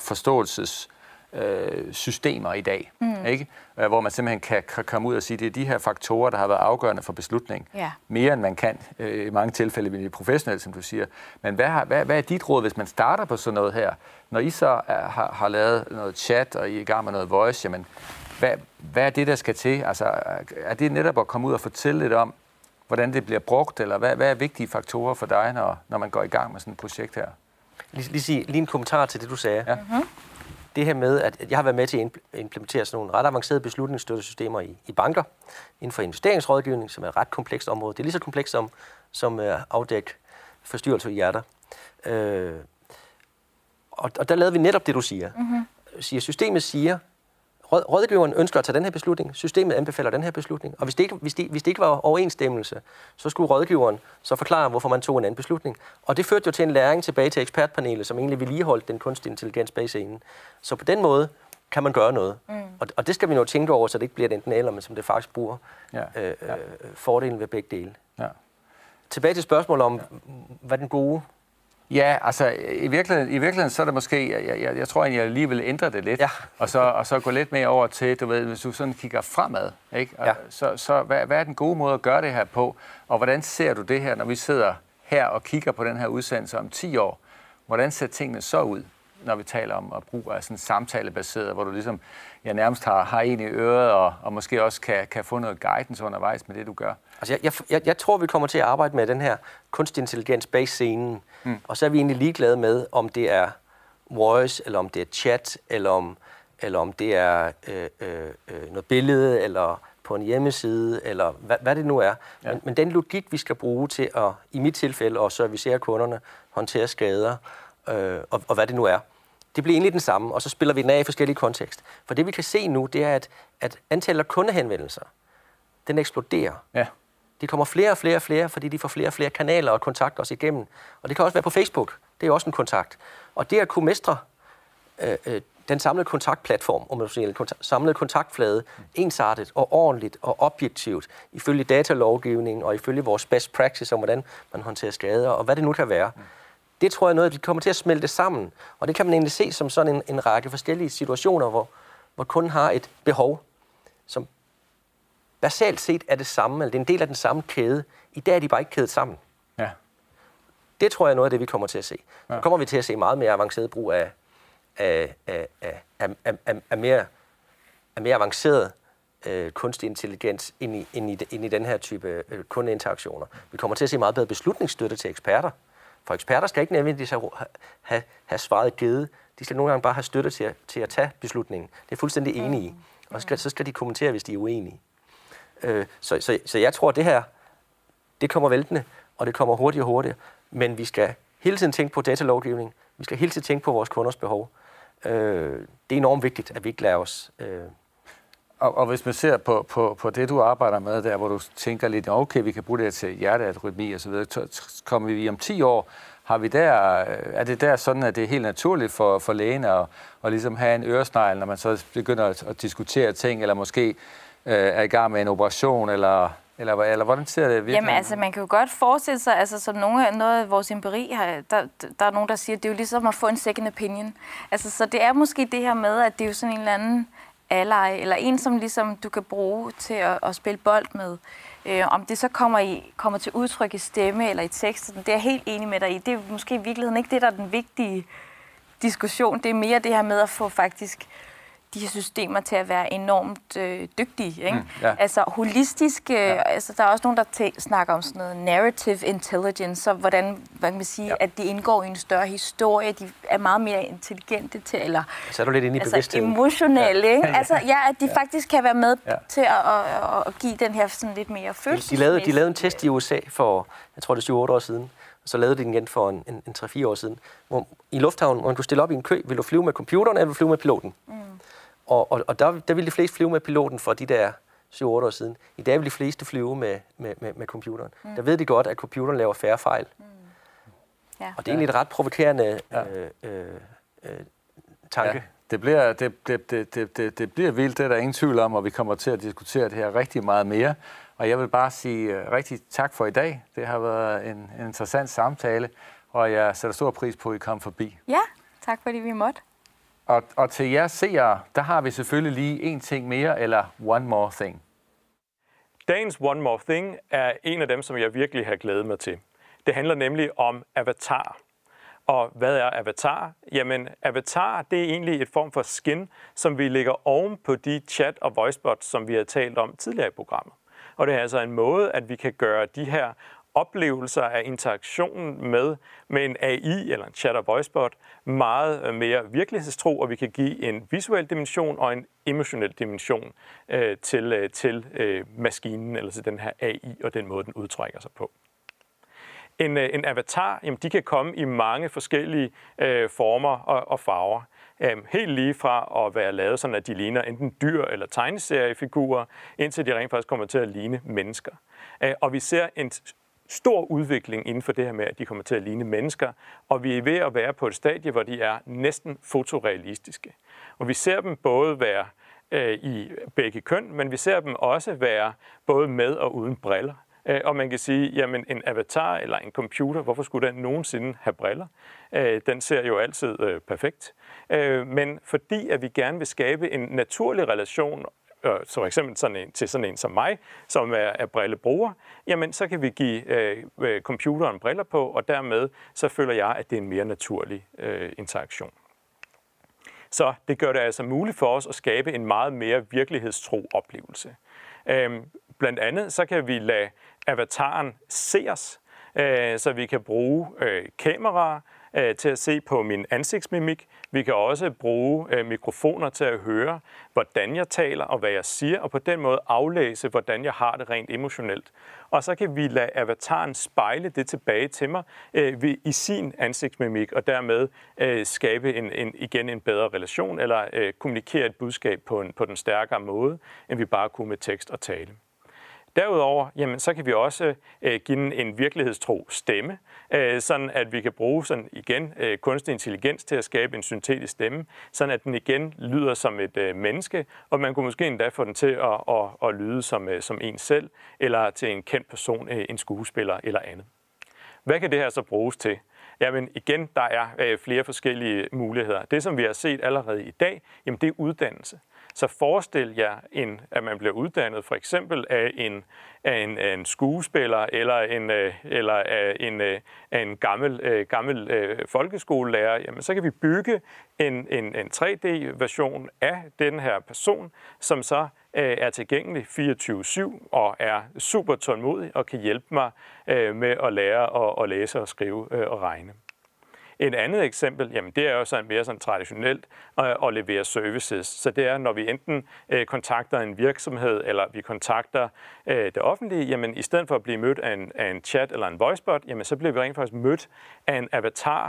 systemer i dag, ikke? Hvor man simpelthen kan komme ud og sige, at det er de her faktorer, der har været afgørende for beslutningen. Ja. Mere end man kan i mange tilfælde ved det professionelle, som du siger. Men hvad er dit råd, hvis man starter på sådan noget her? Når I så har lavet noget chat, og I er i gang med noget voice, jamen, hvad er det, der skal til? Altså, er det netop at komme ud og fortælle lidt om, hvordan det bliver brugt, eller hvad er vigtige faktorer for dig, når man går i gang med sådan et projekt her? Lige en kommentar til det, du sagde. Ja. Det her med, at jeg har været med til at implementere sådan nogle ret avancerede beslutningsstøttesystemer i banker, inden for investeringsrådgivning, som er et ret komplekst område. Det er lige så komplekst som afdække forstyrrelser i hjerter. Og der lavede vi netop det, du siger. Systemet siger, rådgiveren ønsker at tage den her beslutning, systemet anbefaler den her beslutning, og hvis det ikke var overensstemmelse, så skulle rådgiveren så forklare, hvorfor man tog en anden beslutning. Og det førte jo til en læring tilbage til ekspertpanelet, som egentlig vedligeholdt den kunstige intelligens bag scenen. Så på den måde kan man gøre noget. Og det skal vi nu tænke over, så det ikke bliver det enten eller, men som det faktisk bruger fordelen ved begge dele. Ja. Tilbage til spørgsmålet om, hvad den gode... Ja, altså i virkeligheden så er det måske, jeg tror egentlig, jeg lige vil ændre det lidt, og så gå lidt mere over til, du ved, hvis du sådan kigger fremad, ikke? Ja. Så hvad er den gode måde at gøre det her på, og hvordan ser du det her, når vi sidder her og kigger på den her udsendelse om 10 år? Hvordan ser tingene så ud, når vi taler om at bruge af sådan samtalebaseret, hvor du ligesom nærmest har en i øret, og måske også kan få noget guidance undervejs med det, du gør? Altså jeg tror, vi kommer til at arbejde med den her kunstig intelligens bag scenen, og så er vi egentlig ligeglade med, om det er voice, eller om det er chat, eller om det er noget billede, eller på en hjemmeside, eller hvad det nu er. Ja. Men den logik, vi skal bruge til at, i mit tilfælde, at servicere kunderne, håndtere skader, og hvad det nu er, det bliver egentlig den samme, og så spiller vi den af i forskellige kontekst. For det vi kan se nu, det er, at antallet af kundehenvendelser, den eksploderer. Ja. De kommer flere og flere og flere, fordi de får flere og flere kanaler og kontakter os igennem. Og det kan også være på Facebook. Det er også en kontakt. Og det at kunne mestre den samlede kontaktplatform, om man siger, en samlet kontaktflade, ensartet og ordentligt og objektivt, ifølge datalovgivningen og ifølge vores best practice om, hvordan man håndterer skader og hvad det nu kan være. Det tror jeg er noget, at vi kommer til at smelte sammen. Og det kan man egentlig se som sådan en række forskellige situationer, hvor kunden har et behov, som basalt set er det samme, eller det er en del af den samme kæde. I dag er de bare ikke kædet sammen. Ja. Det tror jeg er noget af det, vi kommer til at se. Så kommer vi til at se meget mere avanceret brug af mere avanceret kunstig intelligens ind i den her type kundeinteraktioner. Vi kommer til at se meget bedre beslutningsstøtte til eksperter. For eksperter skal ikke nødvendigvis have svaret givet. De skal nogle gange bare have støtte til at tage beslutningen. Det er fuldstændig enige i. Og så skal de kommentere, hvis de er uenige. Så jeg tror, at det her, det kommer væltende, og det kommer hurtigere og hurtigere. Men vi skal hele tiden tænke på datalovgivning. Vi skal hele tiden tænke på vores kunders behov. Det er enormt vigtigt, at vi ikke lader os... Og hvis man ser på det, du arbejder med der, hvor du tænker lidt, okay, vi kan bruge det til hjertearytmi og så videre, kommer vi om 10 år, er det der sådan, at det er helt naturligt for lægen at ligesom have en øresnegl, når man så begynder at diskutere ting, eller måske er i gang med en operation, eller hvordan ser det virkelig? Jamen altså, man kan jo godt forestille sig, altså som noget af vores empiri har, der er nogen, der siger, at det er jo ligesom at få en second opinion. Altså, så det er måske det her med, at det er jo sådan en eller anden ally, eller en, som ligesom du kan bruge til at spille bold med. Om det så kommer til udtryk i stemme eller i teksten, det er jeg helt enig med dig i. Det er måske i virkeligheden ikke det, der er den vigtige diskussion. Det er mere det her med at få faktisk de her systemer til at være enormt dygtige. Ikke? Ja. Altså holistisk, altså der er også nogen, der snakker om sådan noget narrative intelligence, så hvordan kan man sige, at de indgår i en større historie, de er meget mere intelligente til, eller så er du lidt inde i bevidstheden. Emotionelle, ikke? Altså at de faktisk kan være med til at give den her sådan lidt mere følelsesmæssige. De lavede en test i USA for, jeg tror det er 7-8 år siden, og så lavede de den igen for en 3-4 år siden, hvor i lufthavnen, hvor man kunne stille op i en kø, vil du flyve med computeren, eller vil du flyve med piloten? Og der ville de fleste flyve med piloten for de der 7-8 år siden. I dag vil de fleste flyve med computeren. Der ved de godt, at computeren laver færre fejl. Ja. Og det er egentlig et ret provokerende tanke. Ja. Det bliver vildt, det er der ingen tvivl om, og vi kommer til at diskutere det her rigtig meget mere. Og jeg vil bare sige rigtig tak for i dag. Det har været en interessant samtale, og jeg sætter stor pris på, at I kom forbi. Ja, tak fordi vi måtte. Og til jer seere, der har vi selvfølgelig lige en ting mere, eller one more thing. Dagens one more thing er en af dem, som jeg virkelig har glædet mig til. Det handler nemlig om avatar. Og hvad er avatar? Jamen, avatar, det er egentlig et form for skin, som vi lægger oven på de chat- og voicebots, som vi har talt om tidligere i programmet. Og det er altså en måde, at vi kan gøre de her oplevelser af interaktionen med en AI eller en chat- og voicebot meget mere virkelighedstro, og vi kan give en visuel dimension og en emotionel dimension til maskinen, eller til den her AI og den måde, den udtrykker sig på. En avatar, jamen, de kan komme i mange forskellige former og farver. Helt lige fra at være lavet sådan, at de ligner enten dyr eller tegneseriefigurer, indtil de rent faktisk kommer til at ligne mennesker. Og vi ser en stor udvikling inden for det her med, at de kommer til at ligne mennesker, og vi er ved at være på et stadie, hvor de er næsten fotorealistiske. Og vi ser dem både være i begge køn, men vi ser dem også være både med og uden briller. Og man kan sige, jamen en avatar eller en computer, hvorfor skulle den nogensinde have briller? Den ser jo altid perfekt. Men fordi at vi gerne vil skabe en naturlig relation, så for eksempel sådan en som mig, som er brillebruger, jamen så kan vi give computeren briller på, og dermed så føler jeg, at det er en mere naturlig interaktion. Så det gør det altså muligt for os at skabe en meget mere virkelighedstro oplevelse. Blandt andet så kan vi lade avataren se os, så vi kan bruge kameraer til at se på min ansigtsmimik. Vi kan også bruge mikrofoner til at høre, hvordan jeg taler og hvad jeg siger, og på den måde aflæse, hvordan jeg har det rent emotionelt. Og så kan vi lade avataren spejle det tilbage til mig i sin ansigtsmimik, og dermed skabe igen en bedre relation, eller kommunikere et budskab på den stærkere måde, end vi bare kunne med tekst og tale. Derudover, jamen, så kan vi også give den en virkelighedstro stemme, sådan at vi kan bruge sådan igen kunstig intelligens til at skabe en syntetisk stemme, sådan at den igen lyder som et menneske, og man kunne måske endda få den til at lyde som en selv, eller til en kendt person, en skuespiller eller andet. Hvad kan det her så bruges til? Jamen igen, der er flere forskellige muligheder. Det, som vi har set allerede i dag, jamen, det er uddannelse. Så forestil jer, at man bliver uddannet for eksempel af en skuespiller eller af en gammel folkeskolelærer. Jamen, så kan vi bygge en 3D-version af den her person, som så er tilgængelig 24/7 og er super tålmodig og kan hjælpe mig med at lære at læse og skrive og regne. Et andet eksempel, jamen det er jo mere sådan traditionelt at levere services. Så det er, når vi enten kontakter en virksomhed, eller vi kontakter det offentlige, jamen i stedet for at blive mødt af en chat eller en voicebot, jamen så bliver vi rent faktisk mødt af en avatar,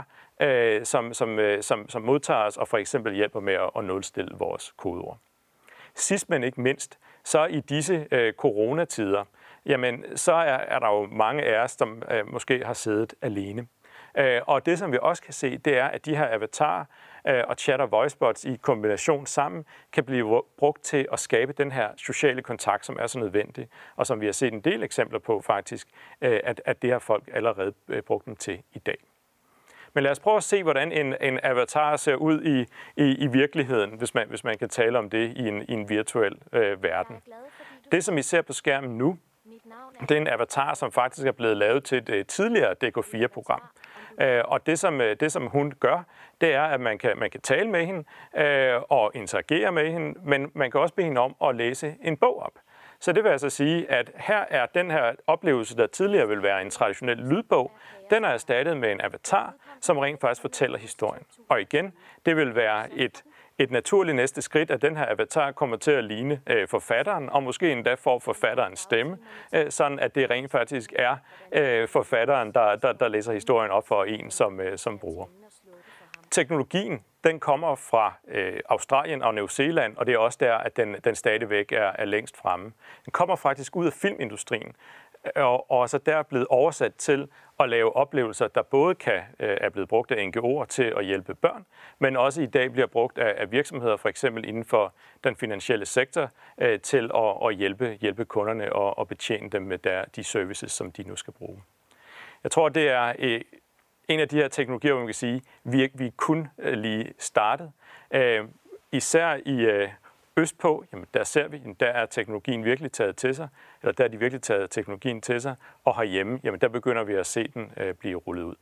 som modtager os og for eksempel hjælper med at nulstille vores kodeord. Sidst men ikke mindst, så i disse coronatider, jamen så er der jo mange af os, som måske har siddet alene. Og det, som vi også kan se, det er, at de her avatarer og chat og voicebots i kombination sammen kan blive brugt til at skabe den her sociale kontakt, som er så nødvendig, og som vi har set en del eksempler på faktisk, at det har folk allerede brugt den til i dag. Men lad os prøve at se, hvordan en avatar ser ud i virkeligheden, hvis man kan tale om det i en virtuel verden. Det, som I ser på skærmen nu, det er en avatar, som faktisk er blevet lavet til et tidligere DK4-program. Og det, som hun gør, det er, at man kan tale med hende og interagere med hende, men man kan også bede hende om at læse en bog op. Så det vil altså sige, at her er den her oplevelse, der tidligere vil være en traditionel lydbog, den er erstattet med en avatar, som rent faktisk fortæller historien. Og igen, det vil være et naturligt næste skridt, at den her avatar kommer til at ligne forfatteren, og måske endda får forfatterens stemme, sådan at det rent faktisk er forfatteren, der læser historien op for en som bruger. Teknologien, den kommer fra Australien og New Zealand, og det er også der, at den stadigvæk er længst fremme. Den kommer faktisk ud af filmindustrien, og så der er blevet oversat til at lave oplevelser, der både er blevet brugt af NGO'er til at hjælpe børn, men også i dag bliver brugt af virksomheder, for eksempel inden for den finansielle sektor, til at hjælpe kunderne og betjene dem med de services, som de nu skal bruge. Jeg tror, det er en af de her teknologier, hvor man kan sige, vi kun lige startet. Især i østpå, jamen der ser vi, der er teknologien virkelig taget til sig, eller der er de virkelig taget teknologien til sig, og herhjemme, jamen der begynder vi at se den blive rullet ud.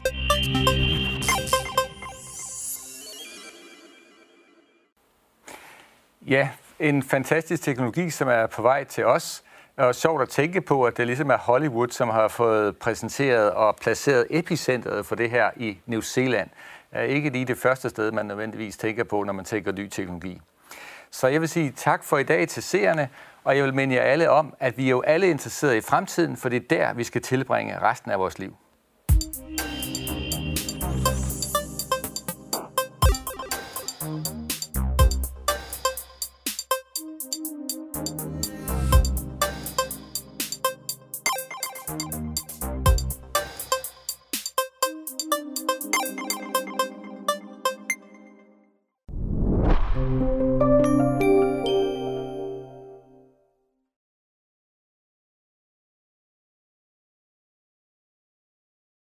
Ja, en fantastisk teknologi, som er på vej til os. Og sjovt at tænke på, at det ligesom er Hollywood, som har fået præsenteret og placeret epicentret for det her i New Zealand. Ikke lige det første sted, man nødvendigvis tænker på, når man tænker ny teknologi. Så jeg vil sige tak for i dag til seerne, og jeg vil minde jer alle om, at vi er jo alle interesserede i fremtiden, for det er der, vi skal tilbringe resten af vores liv. Thank you.